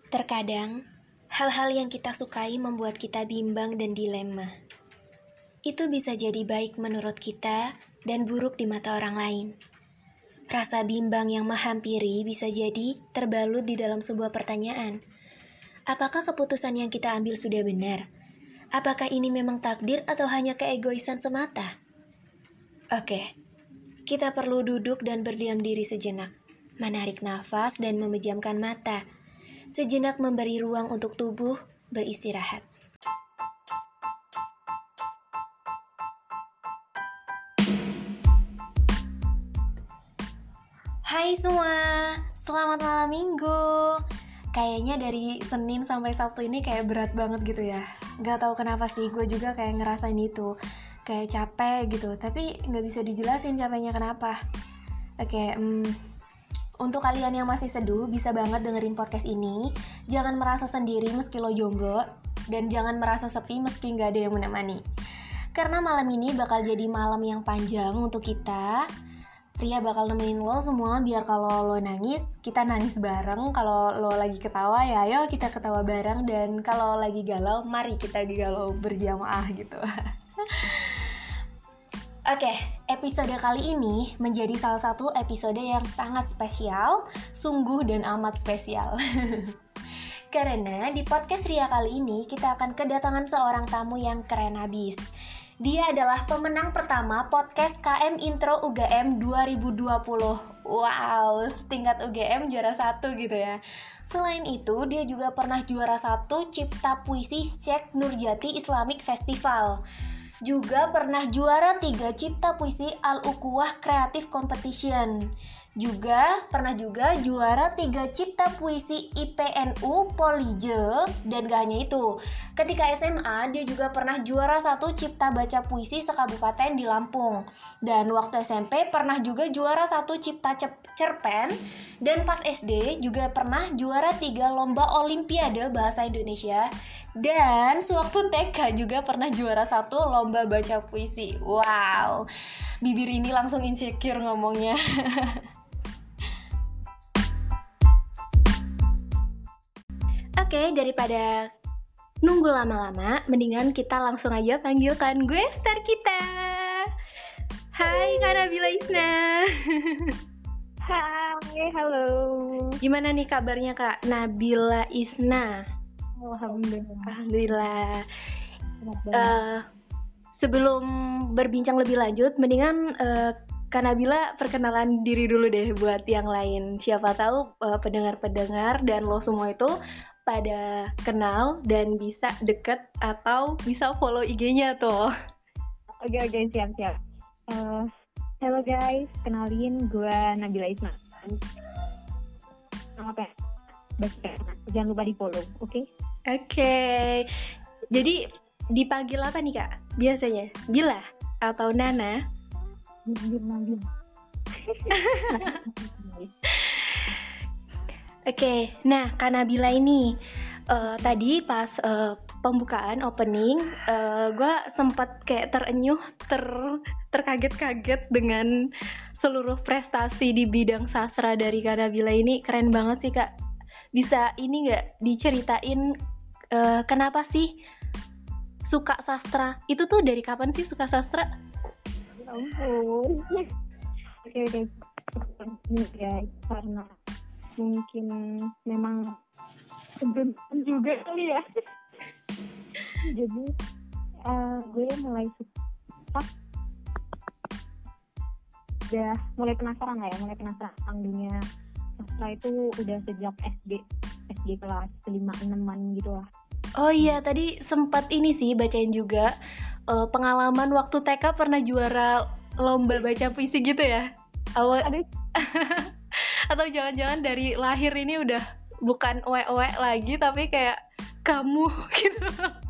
Terkadang, hal-hal yang kita sukai membuat kita bimbang dan dilema. Itu bisa jadi baik menurut kita dan buruk di mata orang lain. Rasa bimbang yang menghampiri bisa jadi terbalut di dalam sebuah pertanyaan. Apakah keputusan yang kita ambil sudah benar? Apakah ini memang takdir atau hanya keegoisan semata? Oke, kita perlu duduk dan berdiam diri sejenak, menarik nafas dan memejamkan mata. Sejenak memberi ruang untuk tubuh beristirahat. Hai semua, selamat malam minggu. Kayaknya dari Senin sampai Sabtu ini kayak berat banget gitu ya. Gak tahu kenapa sih, gue juga kayak ngerasain itu. Kayak capek gitu, tapi gak bisa dijelasin capeknya kenapa. Oke, untuk kalian yang masih seduh, bisa banget dengerin podcast ini. Jangan merasa sendiri meski lo jomblo, dan jangan merasa sepi meski gak ada yang menemani. Karena malam ini bakal jadi malam yang panjang untuk kita. Ria bakal nemenin lo semua biar kalau lo nangis, kita nangis bareng. Kalau lo lagi ketawa, ya ayo kita ketawa bareng. Dan kalau lagi galau, mari kita galau berjamaah gitu. Oke, episode kali ini menjadi salah satu episode yang sangat spesial, sungguh dan amat spesial. Karena di podcast Ria kali ini kita akan kedatangan seorang tamu yang keren abis. Dia adalah pemenang pertama podcast KM Intro UGM 2020. Wow, setingkat UGM juara 1 gitu ya. Selain itu, dia juga pernah juara 1 Cipta Puisi Syekh Nurjati Islamic Festival. Juga pernah juara 3 Cipta Puisi Al-Ukhuwah Creative Competition. Juga pernah juara 3 Cipta Puisi IPNU Polije. Dan gak hanya itu, ketika SMA dia juga pernah juara 1 Cipta Baca Puisi sekabupaten di Lampung. Dan waktu SMP pernah juga juara 1 Cipta Cerpen. Dan pas SD juga pernah juara 3 Lomba Olimpiade Bahasa Indonesia. Dan sewaktu TK juga pernah juara 1 Lomba Baca Puisi. Wow, bibir ini langsung insecure ngomongnya. Oke, daripada nunggu lama-lama, mendingan kita langsung aja panggilkan gue star kita. Hai Kak Nabila Isna. Hai, halo. Gimana nih kabarnya Kak Nabila Isna? Alhamdulillah. Sebelum berbincang lebih lanjut, mendingan Kak Nabila perkenalan diri dulu deh buat yang lain. Siapa tahu pendengar-pendengar dan lo semua itu pada kenal dan bisa deket atau bisa follow IG-nya tuh. Oke, siap. Halo guys, kenalin gue Nabila Isma. Apa ya? Jangan lupa di follow, oke? Oke. Jadi dipanggil apa nih Kak? Biasanya Bila atau Nana? Bila. Oke, nah Kak Nabila ini tadi pas pembukaan opening, gue sempat kayak terenyuh, terkaget-kaget dengan seluruh prestasi di bidang sastra dari Kak Nabila ini. Keren banget sih Kak. Bisa ini nggak diceritain kenapa sih suka sastra? Itu tuh dari kapan sih suka sastra? Ya ampun. Oke. Ya, karena mungkin memang sebelum juga kali ya. Jadi gue mulai suka, udah mulai penasaran tentang dunia sastra itu udah sejak SD kelas 5-6an gitu lah. Oh iya, tadi sempat ini sih bacain juga pengalaman waktu TK pernah juara lomba baca puisi gitu ya. Atau jangan-jangan dari lahir ini udah bukan owe-owe lagi tapi kayak kamu gitu.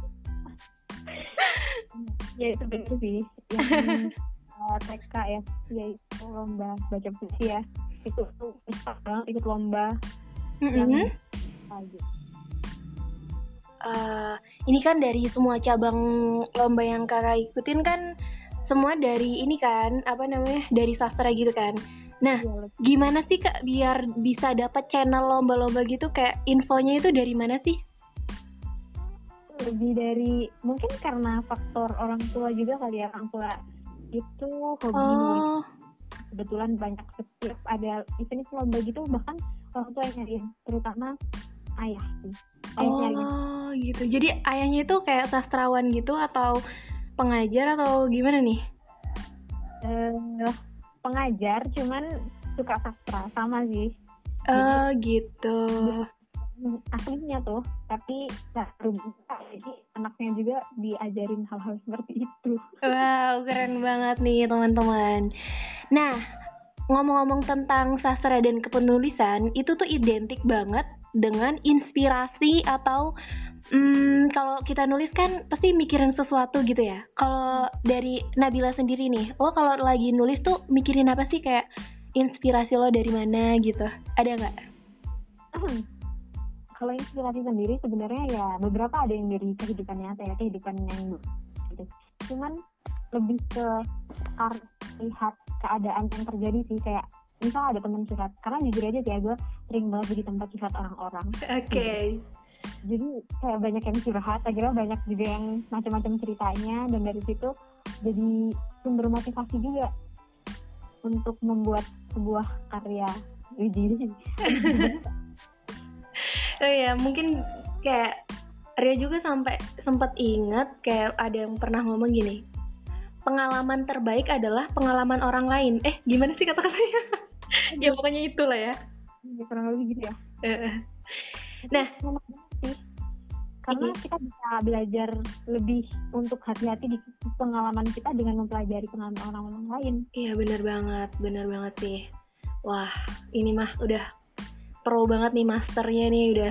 Ya itu bener sih yang TK ya, yaitu lomba baca puisi ya. Itu bisa banget ikut lomba yang ini kan dari semua cabang lomba yang kakak ikutin kan semua dari ini kan, dari sastra gitu kan. Nah, gimana sih Kak biar bisa dapat channel lomba-lomba gitu, kayak infonya itu dari mana sih? Lebih dari mungkin karena faktor orang tua juga kali ya, orang tua itu hobi nulis. Kebetulan banyak setiap ada event lomba gitu, bahkan orang tua yang nyariin, terutama ayah sih. Gitu. Jadi ayahnya itu kayak sastrawan gitu atau pengajar atau gimana nih? Pengajar, cuman suka sastra sama sih. Gitu. Aslinya tuh, tapi jadi anaknya juga diajarin hal-hal seperti itu. Wow, keren banget nih teman-teman. Nah, ngomong-ngomong tentang sastra dan kepenulisan, itu tuh identik banget dengan inspirasi atau kalau kita nulis kan pasti mikirin sesuatu gitu ya. Kalau dari Nabila sendiri nih, lo kalau lagi nulis tuh mikirin apa sih, kayak inspirasi lo dari mana gitu? Ada nggak? Kalau inspirasi sendiri sebenarnya ya beberapa ada yang dari kehidupan nyata ya, kehidupan yang gitu. Cuman lebih ke lihat keadaan yang terjadi sih, kayak misal ada teman curhat, karena jujur aja sih ya, gue sering banget jadi tempat curhat orang-orang. Oke. Jadi kayak banyak yang curhat, akhirnya banyak juga yang macam-macam ceritanya, dan dari situ jadi sumber motivasi juga untuk membuat sebuah karya. Oh ya, mungkin kayak Ria juga sampai sempat ingat kayak ada yang pernah ngomong gini, pengalaman terbaik adalah pengalaman orang lain. Gimana sih kata-katanya? Ya pokoknya itulah ya. Kurang lebih gitu ya. Nah, karena kita bisa belajar lebih untuk hati-hati di pengalaman kita dengan mempelajari pengalaman orang lain. Iya, benar banget sih. Wah, ini mah udah pro banget nih, masternya nih udah.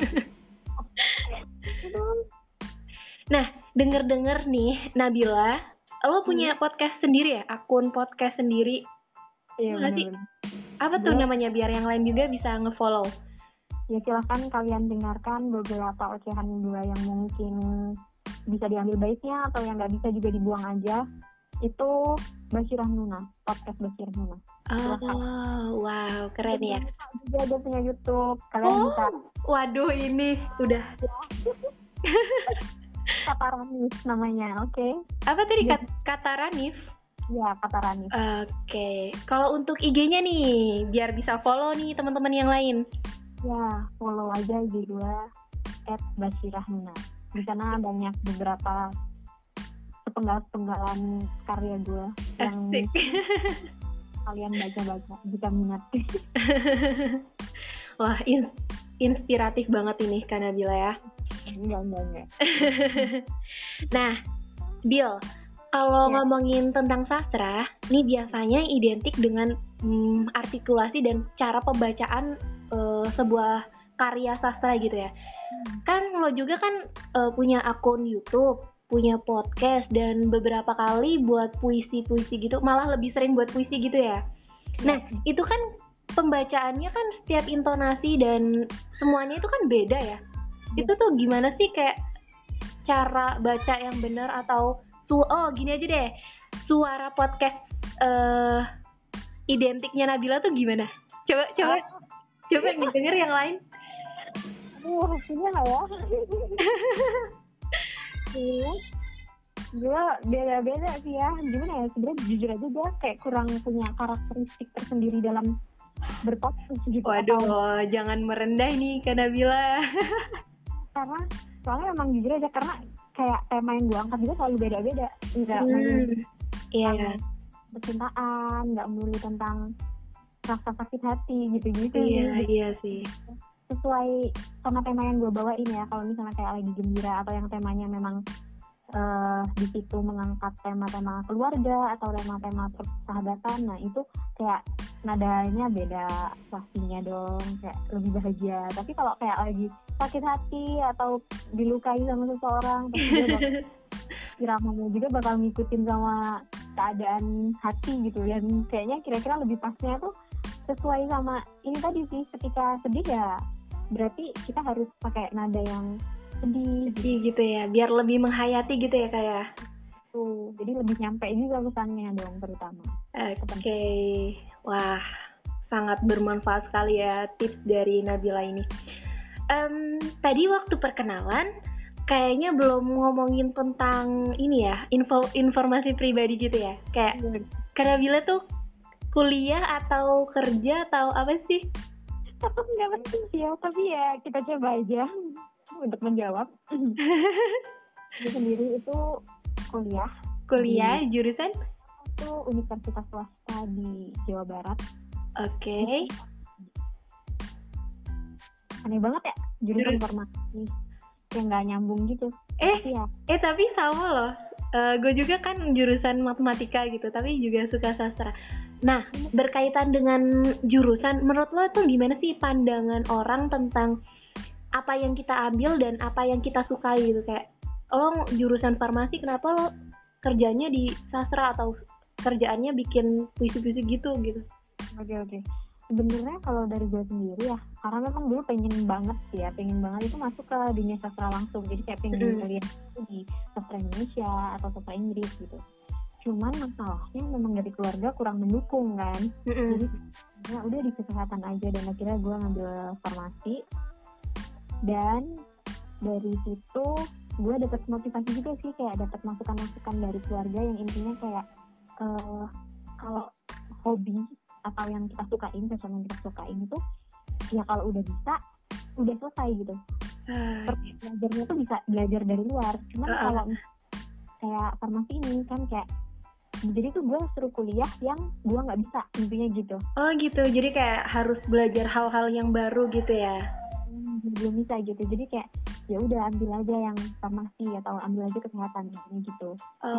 Nah, denger nih Nabila, lo punya podcast sendiri ya? Akun podcast sendiri? Iya, benar. Apa tuh namanya biar yang lain juga bisa nge-follow? Ya silahkan kalian dengarkan beberapa ocehan gue yang mungkin bisa diambil baiknya atau yang nggak bisa juga dibuang aja. Itu Basirah Nuna, podcast Basirah Nuna. Wow, keren ya. Dia punya YouTube, kalian bisa. Waduh, ini udah. Kata Ranif namanya, oke. Apa tadi kata Ranif? Ya, kata Ranif. Oke. Kalau untuk IG-nya nih, biar bisa follow nih teman-teman yang lain. Ya, follow aja IG gue @basirah_nuna. Di sana banyak beberapa penggalan karya gue yang kalian baca-baca jika minat. Wah, inspiratif banget ini Kak Nabila ya. Enggak. Nah, Bil, kalau ngomongin tentang sastra, ini biasanya identik dengan artikulasi dan cara pembacaan sebuah karya sastra gitu ya. Kan lo juga kan punya akun YouTube, punya podcast, dan beberapa kali buat puisi-puisi gitu, malah lebih sering buat puisi gitu ya. Nah, itu kan pembacaannya kan setiap intonasi dan semuanya itu kan beda ya. Itu tuh gimana sih kayak cara baca yang benar atau gini aja deh, suara podcast identiknya Nabila tuh gimana? Coba yang denger yang lain. Hasilnya nggak ya? Gue beda-beda sih ya. Gimana ya, sebenarnya jujur aja gue kayak kurang punya karakteristik tersendiri dalam berpodcast gitu. Waduh, jangan merendah nih Kak Nabila. Karena soalnya emang jujur aja, karena kayak tema yang gue angkat juga selalu beda-beda. Nggak melulu percintaan, nggak melulu tentang rasa sakit hati gitu-gitu. Iya sih. Sesuai sama tema yang gue bawain ya. Kalau misalnya kayak lagi gembira atau yang temanya memang di situ mengangkat tema-tema keluarga atau tema-tema persahabatan, nah itu kayak nadanya beda pastinya dong, kayak lebih bahagia. Tapi kalau kayak lagi sakit hati atau dilukai sama seseorang, iramanya juga bakal ngikutin sama keadaan hati gitu. Dan kayaknya kira-kira lebih pasnya tuh sesuai sama ini tadi sih, ketika sedih ya berarti kita harus pakai nada yang sedih gitu ya, biar lebih menghayati gitu ya kayak. tuh. Jadi lebih nyampe juga pesannya dong terutama. Oke. Wah, sangat bermanfaat sekali ya tips dari Nabila ini. Tadi waktu perkenalan kayaknya belum ngomongin tentang ini ya, informasi pribadi gitu ya. Kayak karena Nabila tuh kuliah atau kerja atau apa sih? Aku nggak penting sih ya, tapi ya kita coba aja untuk menjawab. Aku sendiri itu kuliah jurusan itu universitas swasta di Jawa Barat. Oke. Aneh banget ya jurusan informasi yang nggak nyambung gitu. Tapi sama loh. Gue juga kan jurusan matematika gitu, tapi juga suka sastra. Nah, berkaitan dengan jurusan, menurut lo tuh gimana sih pandangan orang tentang apa yang kita ambil dan apa yang kita sukai gitu? Kayak lo jurusan farmasi, kenapa lo kerjanya di sastra atau kerjaannya bikin puisi-puisi gitu? Oke. Sebenarnya kalau dari gue sendiri ya, karena memang dulu pengen banget itu masuk ke dunia sastra langsung. Jadi kayak pengen kuliah di sastra Indonesia atau sastra Inggris gitu. Cuman masalahnya memang dari keluarga kurang mendukung kan. Jadi ya udah di kesehatan aja, dan akhirnya gue ngambil farmasi. Dan dari situ gue dapet motivasi juga sih, kayak dapet masukan-masukan dari keluarga yang intinya kayak kalau hobi atau yang kita sukain, sesuatu yang kita sukain itu ya kalau udah bisa udah selesai gitu. Belajarnya tuh bisa belajar dari luar. Cuman kalau kayak farmasi ini kan kayak, jadi tuh gue suruh kuliah yang gue nggak bisa, intinya gitu. Oh gitu, jadi kayak harus belajar hal-hal yang baru gitu ya? Belum bisa gitu, jadi kayak ya udah ambil aja yang farmasi atau ambil aja kesehatan gitu.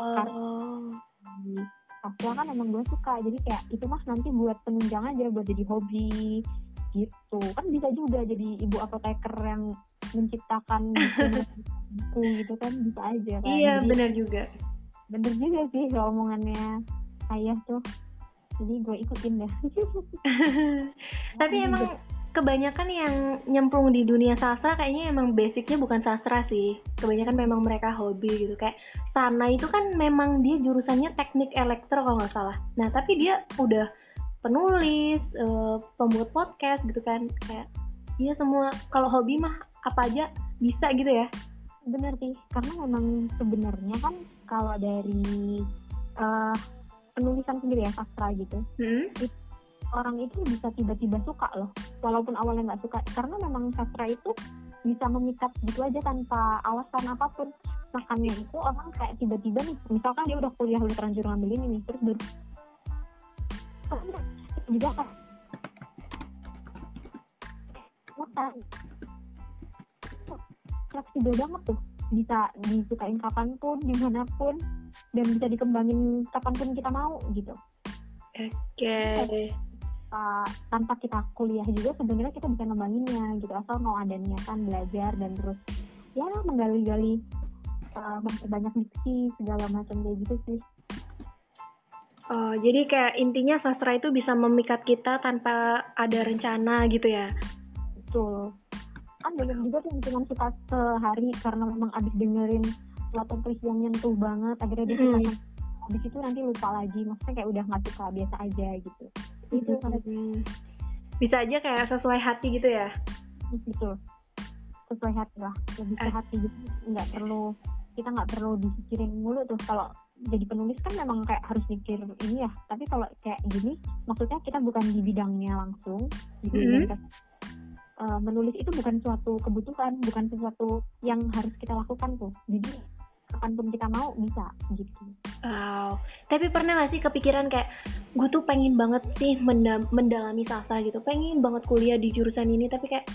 Sastra kan emang gue suka, jadi kayak itu mah nanti buat penunjang aja, buat jadi hobi gitu. Kan bisa juga jadi ibu apoteker yang menciptakan buku gitu kan, bisa aja kan. Iya, benar juga sih omongannya ayah tuh, jadi gue ikutin deh. Tapi emang kebanyakan yang nyemplung di dunia sastra kayaknya emang basicnya bukan sastra sih, kebanyakan memang mereka hobi gitu. Kayak Sana itu kan memang dia jurusannya teknik elektro kalau nggak salah, nah tapi dia udah penulis, pembuat podcast gitu kan. Kayak dia semua, kalau hobi mah apa aja bisa gitu ya. Bener sih, karena memang sebenarnya kan kalau dari penulisan sendiri ya, sastra gitu, orang itu bisa tiba-tiba suka loh, walaupun awalnya nggak suka, karena memang sastra itu bisa memikat gitu aja tanpa alasan apapun. Makanya itu orang kayak tiba-tiba nih, misalkan dia udah kuliah, udah terlanjur ngambil ini nih, terus baru juga kan fleksibel banget tuh, bisa disukain kapanpun, dimanapun, dan bisa dikembangin kapanpun kita mau gitu. Oke. Tanpa kita kuliah juga sebenarnya kita bisa ngembanginnya gitu, asal mau ada niatan belajar dan terus ya menggali-gali, memperbanyak diksi segala macam kayak gitu sih. Jadi kayak intinya sastra itu bisa memikat kita tanpa ada rencana gitu ya? Betul. Kan banyak juga tuh yang cuma suka sehari karena memang abis dengerin suatu puisi yang nyentuh banget, akhirnya dia suka, abis itu nanti lupa lagi, maksudnya kayak udah nggak suka, biasa aja gitu. Itu bisa aja kayak sesuai hati gitu ya? Betul, sesuai hati lah, lebih ke hati gitu. Kita nggak perlu dipikirin mulu tuh. Kalau jadi penulis kan memang kayak harus mikir ini ya, tapi kalau kayak gini maksudnya kita bukan di bidangnya langsung gitu. Menulis itu bukan suatu kebutuhan, bukan sesuatu yang harus kita lakukan tuh, jadi kapanpun kita mau bisa gitu. Tapi pernah gak sih kepikiran kayak gue tuh pengen banget sih mendalami sastra gitu, pengen banget kuliah di jurusan ini, tapi kayak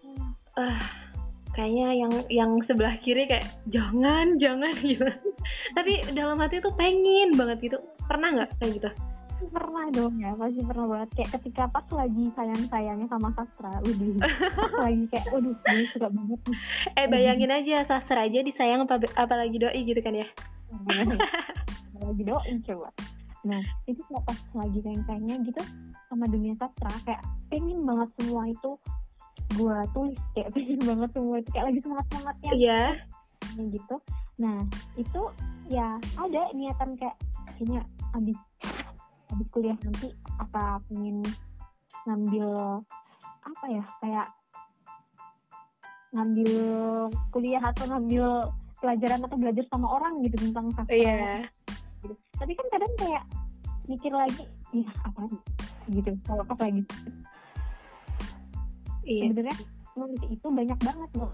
kayaknya yang sebelah kiri kayak jangan gitu. Tapi dalam hati tuh pengen banget gitu. Pernah nggak kayak gitu? Pernah dong ya, pasti pernah banget. Kayak ketika pas lagi sayang-sayangnya sama sastra, lagi kayak gue suka banget nih. Bayangin aja, sastra aja disayang apalagi doi gitu kan ya. Apalagi doi coba. Nah itu kayak pas lagi sayang-sayangnya gitu sama dunia sastra, kayak pengen banget semua itu gue tulis, kayak pengen banget semua itu, kayak lagi semangat-semangatnya gitu. Nah itu ya ada niatan kayak kayaknya habis kuliah nanti apa pengen ngambil apa ya, kayak ngambil kuliah atau ngambil pelajaran atau belajar sama orang gitu tentang sastra gitu. Tapi kan kadang kayak mikir lagi ya apa gitu kalau pas lagi sebenarnya itu banyak banget loh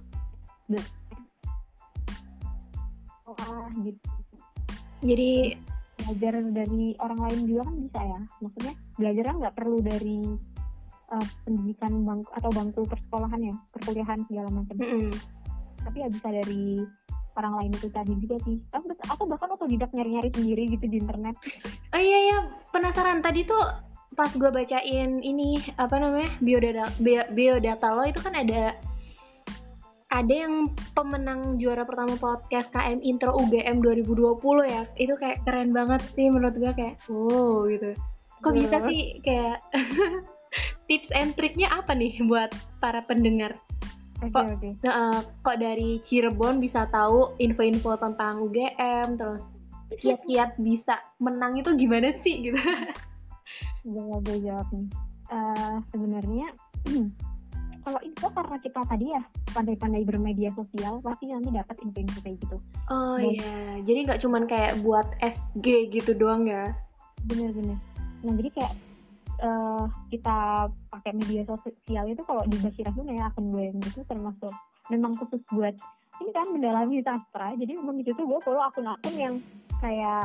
gitu. Jadi belajar dari orang lain juga kan bisa ya, maksudnya belajar kan nggak perlu dari pendidikan bangku persekolahan ya, perkuliahan segala macam. Tapi ya bisa dari orang lain itu tadi juga sih. Atau bahkan otodidak nyari-nyari sendiri gitu di internet. Oh iya, penasaran. Tadi tuh pas gue bacain ini apa namanya biodata lo itu kan ada yang pemenang juara pertama podcast KM Intro UGM 2020 ya. Itu kayak keren banget sih menurut gue, kayak wow gitu. Kok bisa sih kayak tips and triknya apa nih buat para pendengar? Kok dari Cirebon bisa tahu info-info tentang UGM, terus kiat-kiat bisa menang itu gimana sih gitu? Gue jawab nih. Sebenarnya kalau info karena kita tadi ya pandai-pandai bermedia sosial, pasti nanti dapat info-info kayak gitu. Oh iya, jadi nggak cuman kayak buat SG gitu doang ya? Bener-bener. Nah jadi kayak kita pakai media sosial itu kalau di Basirah tuh ya akun gue yang itu termasuk memang khusus buat ini kan mendalami sastra. Jadi memang di situ gue follow akun-akun yang kayak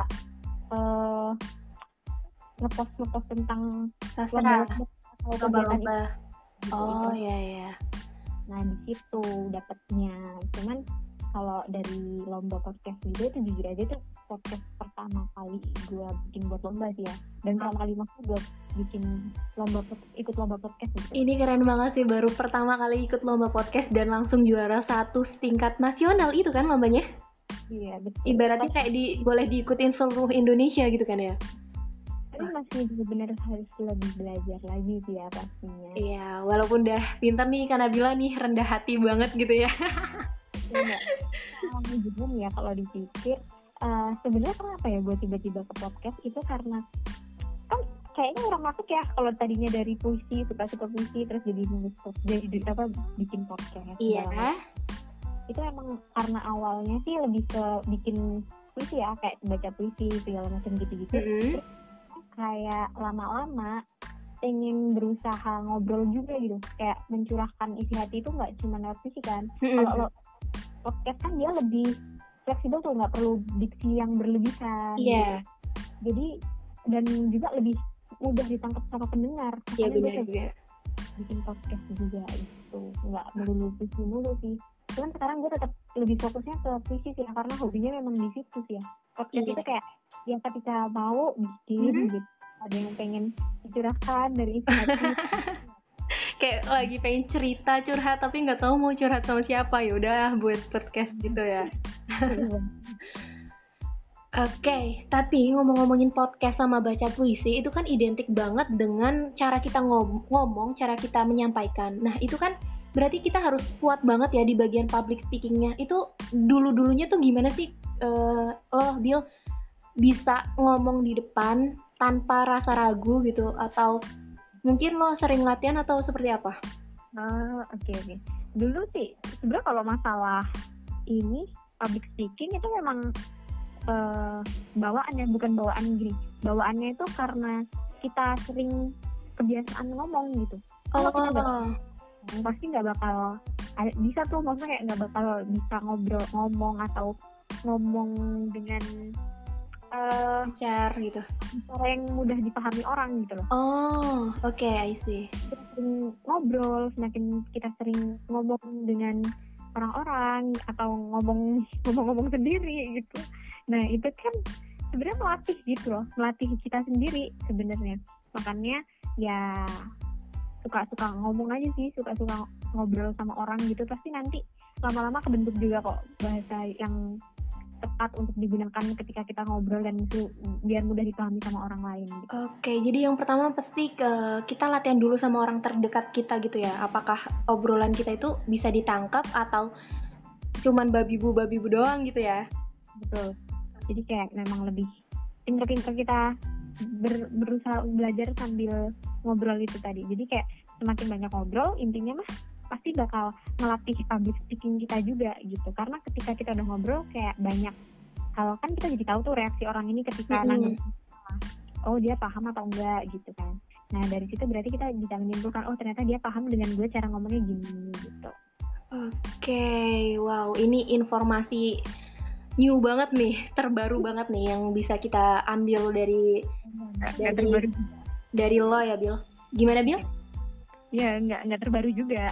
ngepost tentang sastra, lomba-lomba. Oh iya. Nah di situ dapatnya. Cuman kalau dari lomba podcast juga itu jujur aja itu podcast pertama kali gue bikin buat lomba sih ya. Dan pertama kali gue bikin ikut lomba podcast gitu. Ini keren banget sih, baru pertama kali ikut lomba podcast dan langsung juara 1 tingkat nasional itu kan lombanya? Iya betul. Ibaratnya kayak boleh diikutin seluruh Indonesia gitu kan ya? Tapi masih benar harus lebih belajar lagi sih ya pastinya. Iya, walaupun udah pintar nih karena Nabila nih rendah hati banget gitu ya. Juga ya kalau dipikir sebenarnya kenapa ya gue tiba-tiba ke podcast itu karena kan kayaknya orang masuk ya kalau tadinya dari puisi, suka puisi terus jadi bikin podcast. Iya. Itu emang karena awalnya sih lebih ke bikin puisi ya, kayak baca puisi segala macam gitu-gitu. Terus kayak lama-lama pengen berusaha ngobrol juga gitu, kayak mencurahkan isi hati itu nggak cuma lewat puisi kan. Kalau podcast kan dia lebih fleksibel tuh, nggak perlu diksi yang berlebihan. Iya. Jadi dan juga lebih mudah ditangkap sama pendengar. Iya benar juga. Bikin podcast juga itu nggak melulu puisi mulu sih. Cuman sekarang gue tetap lebih fokusnya ke puisi sih ya, karena hobinya memang di situ sih ya. Podcast itu kayak yang ketika mau bikin gitu. Ada yang pengen dicurahkan dari isi hati. Kayak lagi pengen cerita curhat tapi nggak tahu mau curhat sama siapa, ya udah buat podcast gitu ya. Oke, tapi ngomongin podcast sama baca puisi itu kan identik banget dengan cara kita ngomong, cara kita menyampaikan. Nah itu kan berarti kita harus kuat banget ya di bagian public speakingnya. Itu dulunya tuh gimana sih Bill bisa ngomong di depan tanpa rasa ragu gitu, atau mungkin lo sering latihan atau seperti apa? Oke. Dulu sih sebenarnya kalau masalah ini public speaking itu memang bawaannya, bukan bawaan gini. Bawaannya itu karena kita sering kebiasaan ngomong gitu. Kalau kita pasti nggak bakal bisa tuh, maksudnya kayak nggak bakal bisa ngomong atau ngomong dengan lancar gitu, cara yang mudah dipahami orang gitu loh. Oke, I see. Sering ngobrol, semakin kita sering ngomong dengan orang-orang atau ngomong sendiri gitu. Nah itu kan sebenarnya melatih gitu loh, melatih kita sendiri sebenarnya. Makanya ya suka ngomong aja sih, suka ngobrol sama orang gitu, pasti nanti lama-lama kebentuk juga kok bahasa yang tepat untuk digunakan ketika kita ngobrol dan itu biar mudah dipahami sama orang lain gitu. Oke, jadi yang pertama pasti kita latihan dulu sama orang terdekat kita gitu ya. Apakah obrolan kita itu bisa ditangkap atau cuman babi bu doang gitu ya? Betul. Jadi kayak memang lebih pinter-pinter kita berusaha belajar sambil ngobrol itu tadi. Jadi kayak semakin banyak ngobrol, intinya mah pasti bakal ngelatih public speaking kita juga gitu. Karena ketika kita udah ngobrol kayak banyak hal, kan kita jadi tahu tuh reaksi orang ini ketika nanya, oh dia paham atau enggak gitu kan. Nah dari situ berarti kita bisa menyimpulkan, oh ternyata dia paham dengan gue cara ngomongnya gini gitu. Oke, wow, ini informasi new banget nih, terbaru banget nih yang bisa kita ambil dari lo ya, Bill. Gimana, Bill? Ya, nggak terbaru juga.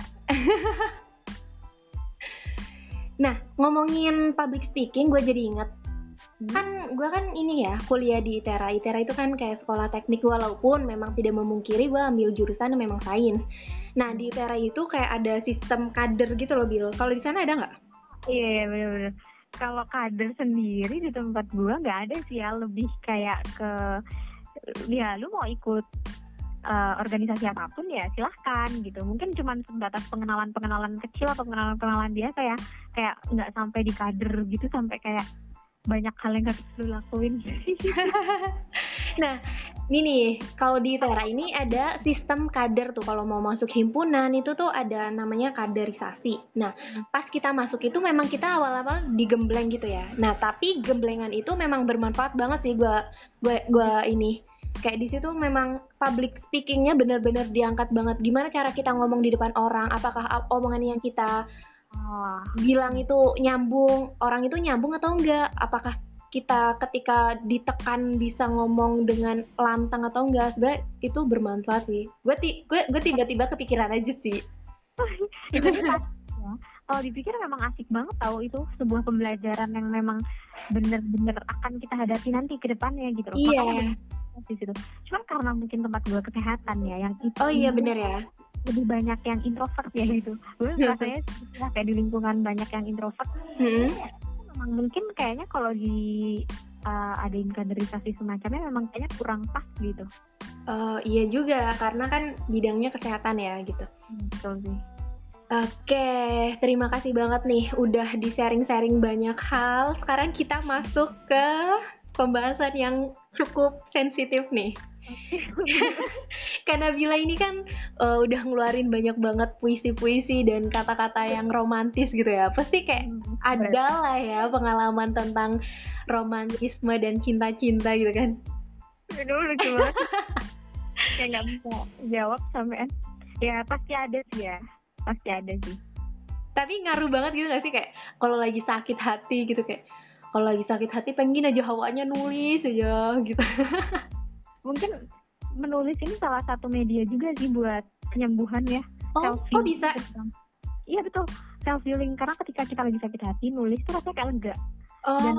Nah, ngomongin public speaking, gue jadi inget. Kan gue kan ini ya, kuliah di ITERA. ITERA itu kan kayak sekolah teknik, walaupun memang tidak memungkiri gue ambil jurusan memang sains. Nah, di ITERA itu kayak ada sistem kader gitu loh, Bill. Kalau di sana ada nggak? Iya, bener-bener. Kalau kader sendiri di tempat gue nggak ada sih ya, lebih kayak ke ya lu mau ikut organisasi apapun ya silahkan gitu. Mungkin cuma sebatas pengenalan kecil atau pengenalan biasa ya, kayak nggak sampai di kader gitu, sampai kayak banyak hal yang harus lu lakuin. Nah, ini nih, kalau di ITERA ini ada sistem kader tuh. Kalau mau masuk himpunan itu tuh ada namanya kaderisasi. Nah, pas kita masuk itu memang kita awal-awal digembleng gitu ya. Nah, tapi gemblengan itu memang bermanfaat banget sih. Gua ini kayak di situ memang public speakingnya benar-benar diangkat banget. Gimana cara kita ngomong di depan orang? Apakah omongan yang kita bilang itu nyambung, orang itu nyambung atau enggak? Apakah kita ketika ditekan bisa ngomong dengan lantang atau enggak? Sebenarnya itu bermanfaat sih. Gue tiba-tiba kepikiran aja sih. Kalau dipikir memang asik banget tahu, itu sebuah pembelajaran yang memang bener-bener akan kita hadapi nanti ke depannya gitu loh. Iya. Di situ. Cuman karena mungkin tempat gue kesehatan ya, yang itu. Oh iya bener ya. Lebih banyak yang introvert ya gitu. Gue rasanya kayak di lingkungan banyak yang introvert. Memang mungkin kayaknya kalau di adain kaderisasi semacamnya memang kayaknya kurang pas gitu. Iya juga, karena kan bidangnya kesehatan ya gitu. Betul sih. Oke, terima kasih banget nih udah di-sharing-sharing banyak hal. Sekarang kita masuk ke pembahasan yang cukup sensitif nih. Karena Bila ini kan udah ngeluarin banyak banget puisi-puisi dan kata-kata yang romantis gitu ya. Pasti kayak ada lah ya pengalaman tentang romantisme dan cinta-cinta gitu kan. Aduh, lucu banget. Kayak gak bisa jawab sampean. Ya pasti ada sih ya. Pasti ada sih. Tapi ngaruh banget gitu gak sih, kayak kalau lagi sakit hati gitu, kayak kalau lagi sakit hati pengen aja hawanya nulis aja gitu. Mungkin menulis ini salah satu media juga sih buat penyembuhan ya. Oh bisa? Iya betul, self healing. Karena ketika kita lagi sakit hati, nulis tuh rasanya kayak lega. Dan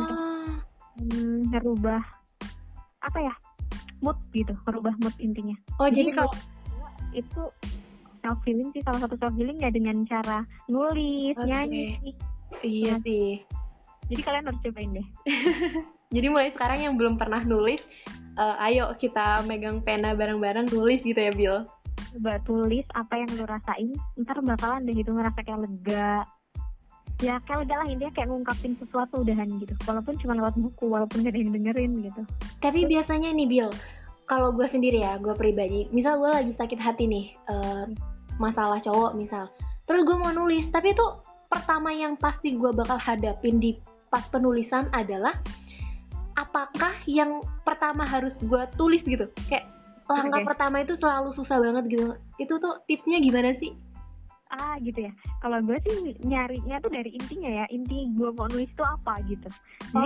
ngerubah apa ya, mood gitu, ngerubah mood intinya. Jadi kalau itu self healing sih, salah satu self healing ya dengan cara nulis, nyanyi. Iya sih. Jadi kalian harus cobain deh. Jadi mulai sekarang yang belum pernah nulis, ayo kita megang pena bareng-bareng nulis gitu ya, Bill. Coba tulis apa yang lu rasain, ntar bakalan deh itu ngerasa kayak lega. Ya kayak lega lah, intinya kayak ngungkapin sesuatu udahan gitu. Walaupun cuma lewat buku, walaupun gak ada yang dengerin gitu. Tapi biasanya nih, Bill, kalau gue sendiri ya, gue pribadi, misal gue lagi sakit hati nih, masalah cowok misal, terus gue mau nulis, tapi itu pertama yang pasti gue bakal hadapin di pas penulisan adalah apakah yang pertama harus gue tulis gitu. Kayak langkah pertama itu selalu susah banget gitu. Itu tuh tipsnya gimana sih? Gitu ya. Kalau gue sih nyarinya tuh dari intinya ya, inti gue mau nulis itu apa gitu. Jadi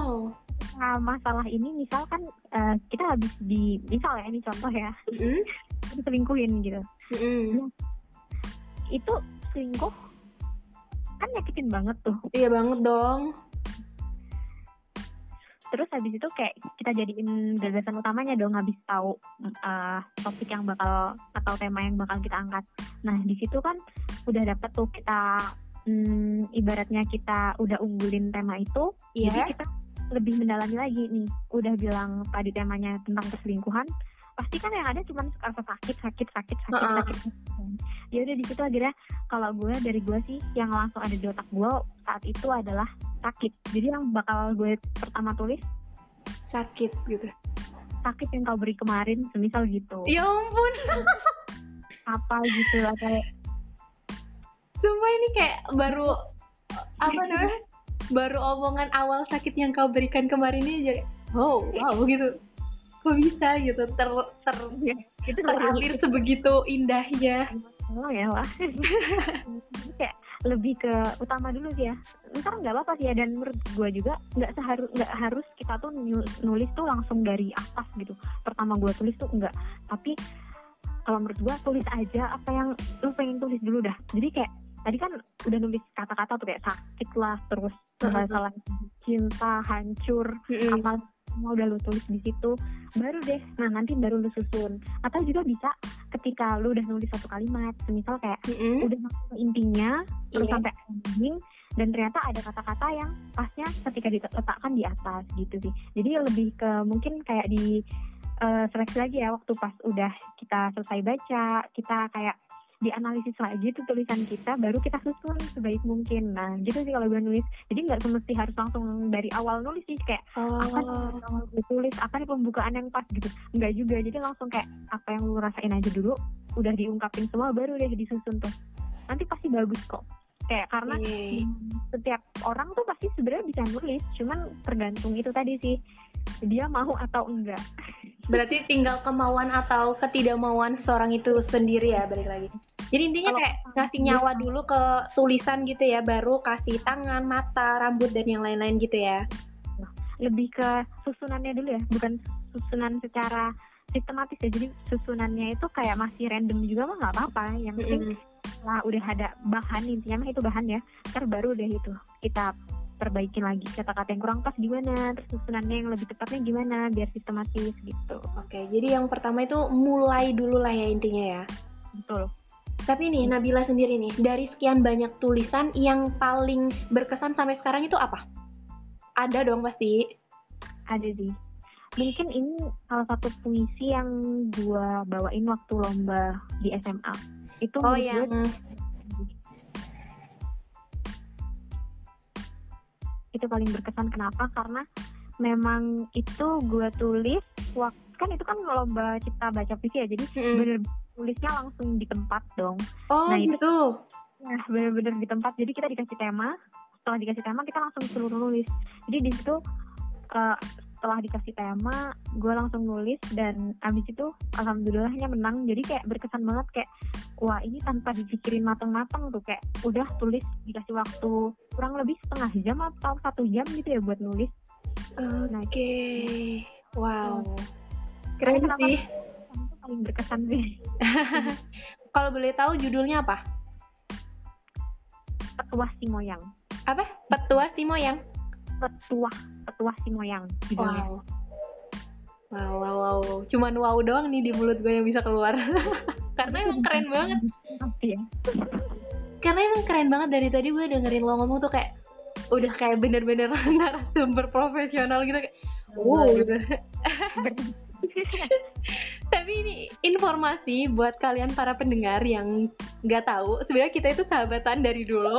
masalah ini misalkan kita habis misal ya, ini contoh ya, diselingkuhin gitu. Itu selingkuh kan nyakitin banget tuh. Iya banget dong. Terus habis itu kayak kita jadiin gagasan utamanya dong, habis tahu topik yang bakal atau tema yang bakal kita angkat. Nah di situ kan udah dapet tuh kita ibaratnya kita udah unggulin tema itu. Jadi kita lebih mendalami lagi nih. Udah bilang tadi temanya tentang perselingkuhan, pasti kan yang ada cuma rasa sakit. Heeh. Ya udah di situ akhirnya kalau dari gue sih yang langsung ada di otak gue saat itu adalah sakit. Jadi yang bakal gue pertama tulis Sakit gitu. sakit yang kau beri kemarin, semisal gitu. Ya ampun. Apa gitu lah kayak Sumpah ini kayak baru apa namanya? Baru omongan awal sakit yang kau berikan kemarin ini aja. Wow gitu. Kok bisa gitu itu teralir sebegitu indahnya. oh ya lah. Jadi kayak lebih ke utama dulu sih ya. Ntar nggak apa-apa sih ya, dan menurut gue juga nggak harus kita tuh nulis tuh langsung dari atas gitu. Pertama gue tulis tuh enggak, tapi kalau menurut gue tulis aja apa yang lu pengen tulis dulu dah. Jadi kayak tadi kan udah nulis kata-kata tuh kayak sakit lah, terus masalah cinta, hancur, apa semua udah lu tulis di situ, baru deh nah nanti baru lu susun. Atau juga bisa ketika lu udah nulis satu kalimat, misal kayak udah masuk ke intinya terus sampai ending, dan ternyata ada kata-kata yang pasnya ketika diletakkan di atas gitu sih. Jadi lebih ke mungkin kayak di seleksi lagi ya, waktu pas udah kita selesai baca, kita kayak dianalisis lagi tuh tulisan kita, baru kita susun sebaik mungkin. Nah gitu sih kalau gue nulis. Jadi nggak semesti harus langsung dari awal nulis sih, kayak apa nih dari awal gue tulis, apa nih pembukaan yang pas gitu. Nggak juga, jadi langsung kayak apa yang lu rasain aja dulu, udah diungkapin semua, baru deh disusun tuh. Nanti pasti bagus kok. Kayak karena setiap orang tuh pasti sebenarnya bisa nulis, cuman tergantung itu tadi sih, dia mau atau enggak. Berarti tinggal kemauan atau ketidakmauan seorang itu sendiri ya, balik lagi. Jadi intinya kayak ngasih nyawa dulu ke tulisan gitu ya, baru kasih tangan, mata, rambut, dan yang lain-lain gitu ya. Lebih ke susunannya dulu ya, bukan susunan secara sistematis ya. Jadi susunannya itu kayak masih random juga mah nggak apa-apa. Yang penting lah udah ada bahan, intinya mah itu bahan ya. Ntar baru deh itu kita perbaikin lagi kata-kata yang kurang pas gimana, terus susunannya yang lebih tepatnya gimana biar sistematis gitu. Oke, jadi yang pertama itu mulai dulu lah ya intinya ya. Betul. Tapi nih Nabila sendiri nih, dari sekian banyak tulisan yang paling berkesan sampai sekarang itu apa? Ada dong pasti. Ada sih. Mungkin ini salah satu puisi yang gua bawain waktu lomba di SMA. Itu yang itu paling berkesan. Kenapa? Karena memang itu gue tulis waktu kan itu kan lomba cipta baca puisi ya, jadi bener tulisnya langsung di tempat dong. Nah itu gitu. Ya bener-bener di tempat. Jadi kita dikasih tema, setelah dikasih tema kita langsung suruh nulis. Jadi di situ setelah dikasih tema gue langsung nulis, dan abis itu alhamdulillahnya menang. Jadi kayak berkesan banget, kayak wah ini tanpa dipikirin matang-matang tuh, kayak udah tulis, dikasih waktu kurang lebih setengah jam atau 1 jam gitu ya buat nulis. Oke. Wow. Keren sih. Itu paling berkesan sih. Kalau boleh tahu judulnya apa? Petuah si moyang. Apa? Petuah si moyang. Petuah si moyang judulnya. Wow. Cuman wow doang nih di mulut gue yang bisa keluar. Karena emang keren banget. Iya. Karena emang keren banget, dari tadi gue dengerin lo ngomong tuh kayak udah kayak bener-bener narasumber profesional gitu, kayak wow gitu. Tapi ini informasi buat kalian para pendengar yang nggak tahu, sebenarnya kita itu sahabatan dari dulu.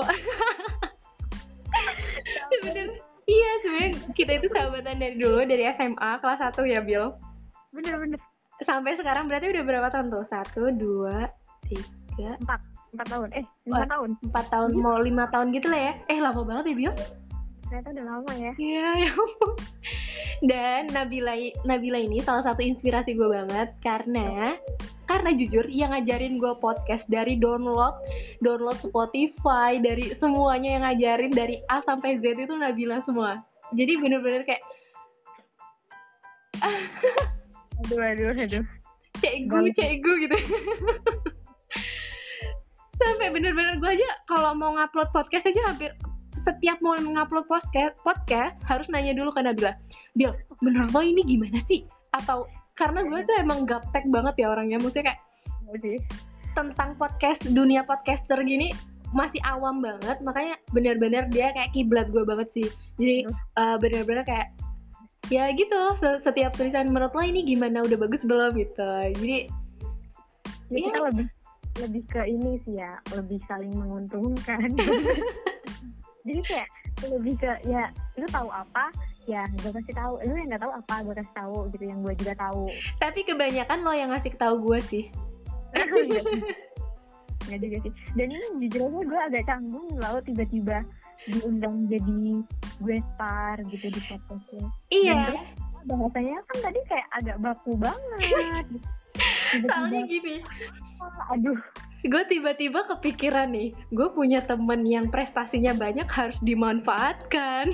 Sebenarnya kita itu sahabatan dari dulu, dari SMA kelas 1 ya, Bil. Bener. Sampai sekarang berarti udah berapa tahun tuh? 1, 2, 3, 4 tahun. 5 tahun. 4 tahun, mau 5 tahun gitu lah ya. Lama banget ya, Bil. Ternyata udah lama ya. Iya, ya ampun. Dan Nabila ini salah satu inspirasi gue banget, karena jujur yang ngajarin gue podcast, dari download Spotify, dari semuanya yang ngajarin dari A sampai Z itu Nabila semua. Jadi bener-bener kayak aduh. Cekgu gitu. Sampai bener-bener gue aja kalau mau ngupload podcast aja hampir setiap mau ngupload podcast harus nanya dulu ke Nabila, Bil, menurut lo ini gimana sih? Atau karena gue tuh emang gaptek banget ya orangnya, maksudnya kayak tentang podcast, dunia podcaster gini masih awam banget, makanya benar-benar dia kayak kiblat gue banget sih. Jadi benar-benar kayak ya gitu, setiap tulisan menurut lo ini gimana, udah bagus belum gitu. Jadi Ya kita lebih ke ini sih ya, lebih saling menguntungkan. Jadi kayak lebih ke ya lu tahu apa ya gue kasih tahu, lu yang nggak tahu apa gue kasih tahu gitu, yang gue juga tahu. tapi kebanyakan lo yang ngasih tahu gue sih. Nggak juga sih. Dan ini jujur aja gue agak canggung loh tiba-tiba diundang jadi guest star gitu di podcastnya. Iya. Dan bahasanya kan tadi kayak agak baku banget. Soalnya gini, aduh, gue tiba-tiba kepikiran nih, gue punya temen yang prestasinya banyak, harus dimanfaatkan.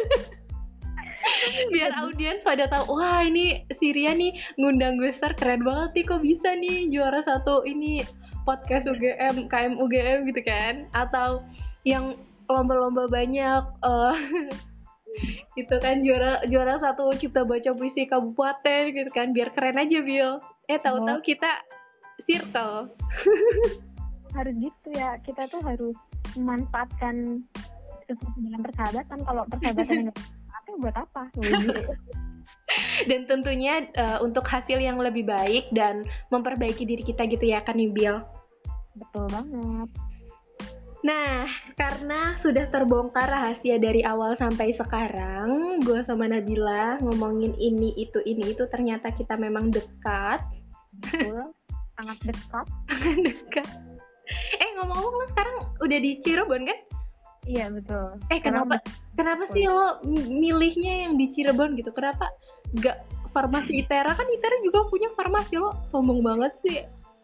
Biar audiens pada tahu, wah ini si Ria nih ngundang gue star, keren banget nih, kok bisa nih juara 1 ini podcast UGM, KM UGM gitu kan, atau yang lomba-lomba banyak, gitu kan, juara 1 cipta baca puisi kabupaten gitu kan, biar keren aja Bill. Tahu-tahu kita circle. Harus gitu ya, kita tuh harus memanfaatkan sesuatu dalam persahabatan. Kalau persahabatan nggak bermanfaat, buat apa? Dan tentunya untuk hasil yang lebih baik dan memperbaiki diri kita gitu ya kan Bill? Betul banget. Nah, karena sudah terbongkar rahasia dari awal sampai sekarang, gue sama Nabila ngomongin ini itu, ternyata kita memang dekat. Betul, sangat dekat. Dekat. Ngomong-ngomong lo sekarang udah di Cirebon kan? Iya betul. Kenapa sih lo milihnya yang di Cirebon gitu? Kenapa gak farmasi ITERA? Kan ITERA juga punya farmasi, lo sombong banget sih.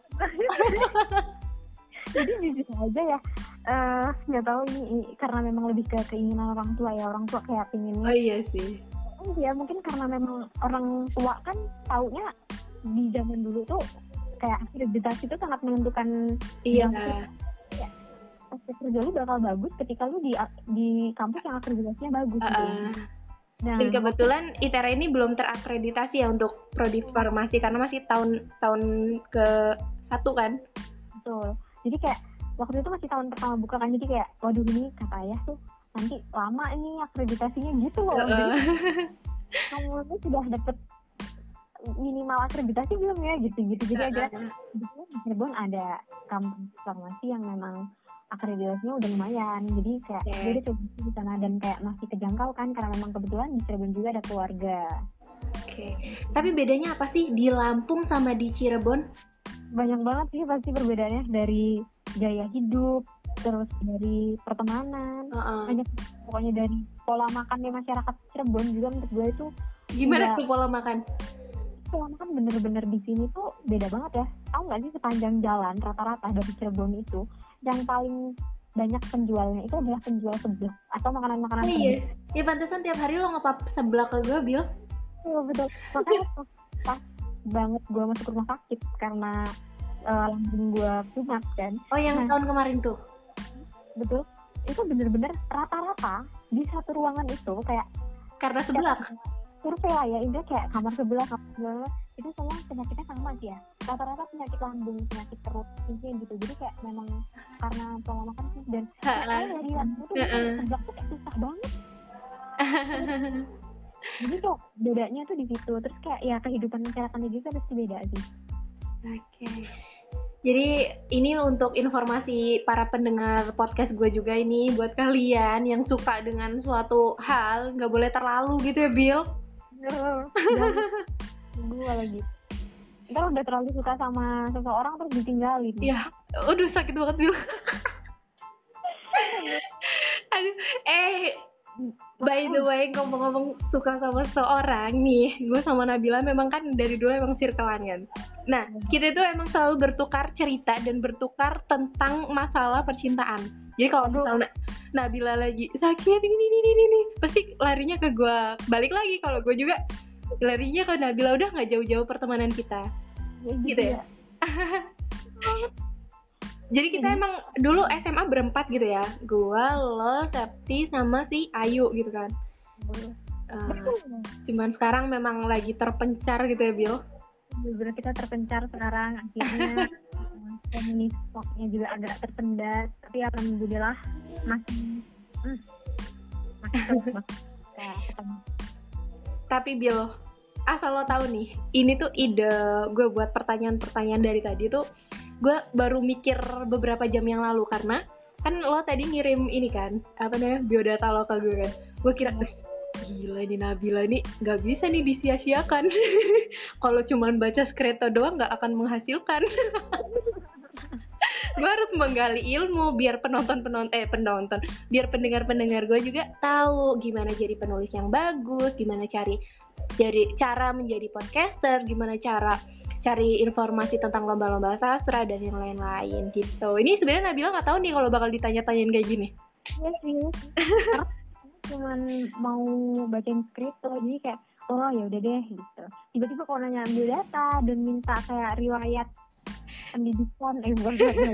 Jadi jujur aja ya, nggak tahu ini karena memang lebih ke keinginan orang tua ya, orang tua kayak pinginnya. Oh iya sih. Ya mungkin karena memang orang tua kan taunya di zaman dulu tuh kayak akreditasi itu sangat menentukan. Iya. Ya, kerja lu bakal bagus ketika lu di kampus yang akreditasinya bagus. Gitu. Nah, dan kebetulan ITERA ini belum terakreditasi ya untuk prodi farmasi karena masih tahun ke-1 kan. Betul. Jadi kayak waktu itu masih tahun pertama buka kan, jadi kayak waduh ini kata ayah tuh nanti lama ini akreditasinya gitu loh. Jadi kamu tuh sudah dapet minimal akreditasi belum ya gitu. Jadi aja di Cirebon ada kampus farmasi yang memang akreditasinya udah lumayan, jadi kayak gue udah coba di sana dan kayak masih kejangkau kan karena memang kebetulan di Cirebon juga ada keluarga. Oke. Tapi bedanya apa sih di Lampung sama di Cirebon? Banyak banget sih pasti perbedaannya, dari gaya hidup, terus dari pertemanan, banyak pokoknya dari pola makannya masyarakat Cirebon juga menurut gue itu. Gimana tuh pola makan? Pola makan bener-bener di sini tuh beda banget ya. Tahu nggak sih sepanjang jalan rata-rata dari Cirebon itu yang paling banyak penjualnya itu adalah penjual seblak atau makanan-makanan. Oh iya, ya pantesan tiap hari lo ngepap seblak ke gue, Bil. Iya betul, makanya pas banget gue masuk rumah sakit karena lambung gue kumat kan. Oh yang tahun kemarin tuh? Betul, itu bener-bener rata-rata di satu ruangan itu kayak karena seblak? Survei lah ya, intinya kayak kamar sebelah itu semua penyakitnya sama sih ya, rata-rata penyakit lambung, penyakit perut intinya gitu. Jadi kayak memang karena pola makan sih, dan dari lambung tuh seblak tuh kayak susah banget. Jadi tuh bedanya tuh di situ. Terus kayak ya kehidupan masyarakatnya juga pasti beda sih. Oke. Jadi ini untuk informasi para pendengar podcast gue juga, ini buat kalian yang suka dengan suatu hal nggak boleh terlalu gitu ya, Bill. Gue lagi ntar udah terlalu suka sama seseorang terus ditinggalin. Iya, aduh sakit banget Bill. Aduh, by the way, ngomong-ngomong suka sama seseorang nih, gue sama Nabila memang kan dari dulu emang circle-an kan. Nah, kita itu emang selalu bertukar cerita dan bertukar tentang masalah percintaan. Jadi kalau misalnya Nabila lagi sakit ini, pasti larinya ke gue. Balik lagi kalau gue juga larinya ke Nabila, udah nggak jauh-jauh pertemanan kita. Gitu ya. Jadi kita emang dulu SMA berempat gitu ya. Gua, lo, Septi, sama si Ayu gitu kan. Cuman sekarang memang lagi terpencar gitu ya, Bill. Bener, kita terpencar sekarang. Akhirnya feminis talknya juga agak tersendat. Tapi alhamdulillah masih Tapi Bill, asal lo tahu nih, ini tuh ide gue buat pertanyaan-pertanyaan dari tadi tuh gue baru mikir beberapa jam yang lalu, karena kan lo tadi ngirim ini kan, apa namanya, biodata lo ke gue kan. Gue kira, gila nih Nabila nih nggak bisa nih disia-siakan. Kalau cuman baca Skreto doang nggak akan menghasilkan. Gue harus menggali ilmu biar biar pendengar gue juga tahu gimana jadi penulis yang bagus, gimana cara menjadi podcaster, gimana cara cari informasi tentang lomba-lomba sastra dan yang lain-lain gitu. Ini sebenarnya Nabila nggak tahu nih kalau bakal ditanya-tanyain kayak gini. Iya sih. Cuman mau bacain skripto, jadi kayak oh ya udah deh gitu. Tiba-tiba kalau nanya ambil data dan minta kayak riwayat pendidikan, bukan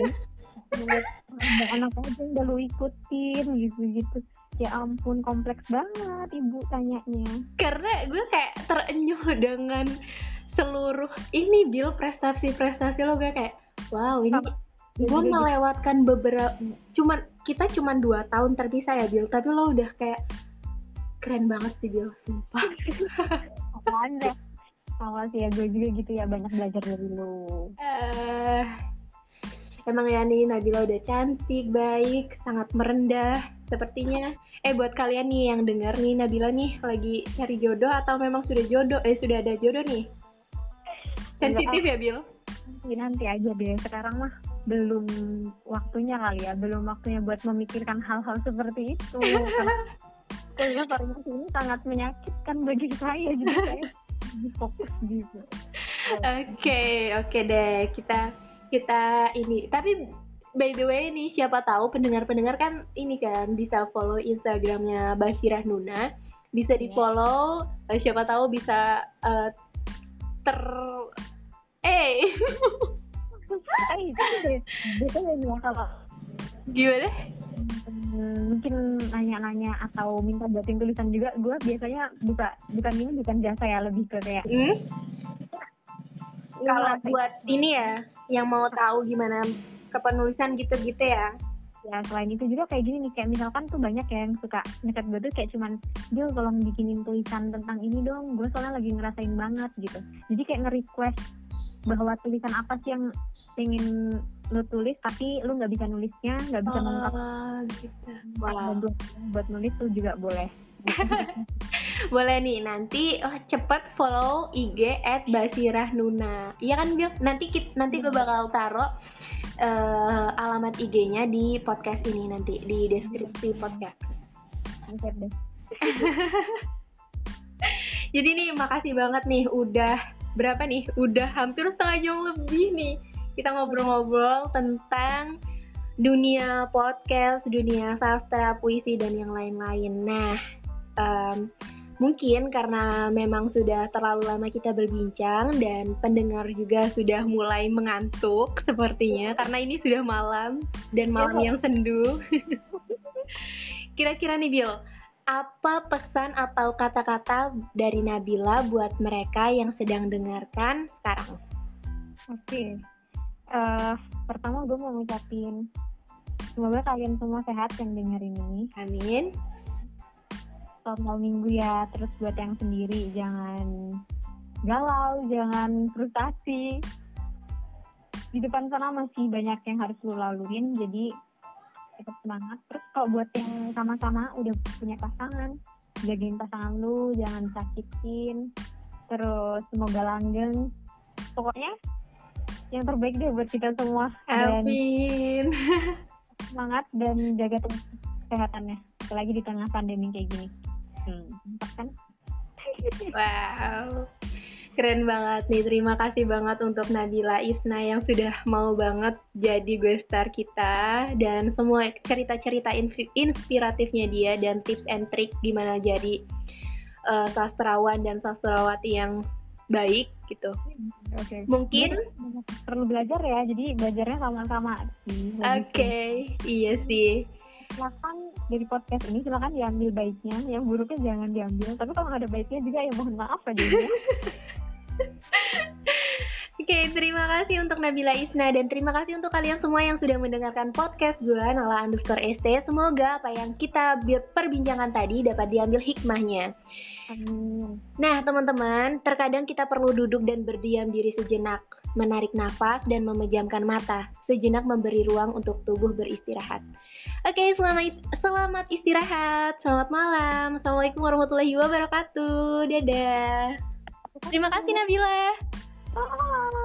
anak aja udah lu ikutin gitu. Ya ampun, kompleks banget ibu tanyanya. Karena gue kayak terenyuh dengan seluruh ini Bill, prestasi lo. Gue kayak wow, ini gue melewatkan beberapa, kita cuma 2 tahun terpisah ya Bill, tapi lo udah kayak keren banget sih Bill, sumpah. Apaan deh, sama sih ya, gue juga gitu ya, banyak belajar dari lo. Emang ya nih Nabila udah cantik, baik, sangat merendah sepertinya. Buat kalian nih yang denger nih, Nabila nih lagi cari jodoh atau memang sudah ada jodoh nih? Sensitif ya Bill? Nanti aja deh, sekarang mah belum waktunya kali ya, belum waktunya buat memikirkan hal-hal seperti itu. Kuliah farmasi ini sangat menyakitkan bagi saya, jadi saya fokus gitu. Oke deh, kita ini. Tapi by the way nih, siapa tahu pendengar kan ini kan bisa follow Instagramnya Basirah Nuna, bisa di follow, siapa tahu bisa kalau gimana? Mungkin nanya-nanya atau minta buatin tulisan juga, gue biasanya bukan jasa ya, lebih ke kayak kalau buat ini ya, yang mau tahu gimana kepenulisan gitu-gitu ya. Ya selain itu juga kayak gini nih, kayak misalkan tuh banyak yang suka ngechat gue tuh kayak cuman, Bil tolong bikinin tulisan tentang ini dong, gue soalnya lagi ngerasain banget gitu. Jadi kayak nge-request bahwa tulisan apa sih yang pengen lu tulis, tapi lu nggak bisa nulisnya, nggak bisa mengungkap gitu. Wow. Buat nulis tuh juga boleh. Boleh nih, nanti cepet follow IG @basirahnuna. Iya kan Bil? Nanti gue bakal taruh alamat IG-nya di podcast ini, nanti di deskripsi podcast. Jadi nih makasih banget nih, udah berapa nih? Udah hampir setengah jam lebih nih kita ngobrol-ngobrol tentang dunia podcast, dunia sastra, puisi dan yang lain-lain. Nah, mungkin karena memang sudah terlalu lama kita berbincang dan pendengar juga sudah mulai mengantuk sepertinya, karena ini sudah malam dan malam yang sendu. Kira-kira nih Bill, apa pesan atau kata-kata dari Nabila buat mereka yang sedang dengarkan sekarang? Oke. Pertama gue mau ngucapin semoga kalian semua sehat yang dengerin ini. Amin. Selamat malam minggu ya. Terus buat yang sendiri, jangan galau, jangan frustasi. Di depan sana masih banyak yang harus lu laluin, jadi tetap semangat. Terus kalau buat yang sama-sama udah punya pasangan, jagain pasangan lu, jangan sakitin. Terus semoga langgeng. Pokoknya yang terbaik deh buat kita semua. Amin. Dan semangat dan jaga kesehatannya, apalagi di tengah pandemi kayak gini. Kan? Wow, keren banget nih. Terima kasih banget untuk Nabila Isna yang sudah mau banget jadi guest star kita, dan semua cerita-cerita inspiratifnya dia dan tips and trick gimana jadi sastrawan dan sastrawati yang baik gitu. Okay. Mungkin perlu belajar ya, jadi belajarnya sama-sama sih. Oke, iya sih. Silakan dari podcast ini, silakan diambil baiknya, yang buruknya jangan diambil. Tapi kalau nggak ada baiknya juga ya mohon maaf aja ya. Oke, terima kasih untuk Nabila Isna, dan terima kasih untuk kalian semua yang sudah mendengarkan podcast gue, Nala_ST. Semoga apa yang kita perbincangan tadi dapat diambil hikmahnya. Amin. Nah, teman-teman, terkadang kita perlu duduk dan berdiam diri sejenak, menarik nafas dan memejamkan mata, sejenak memberi ruang untuk tubuh beristirahat. Oke, selamat istirahat. Selamat malam. Assalamualaikum warahmatullahi wabarakatuh. Dadah. Terima kasih Nabila.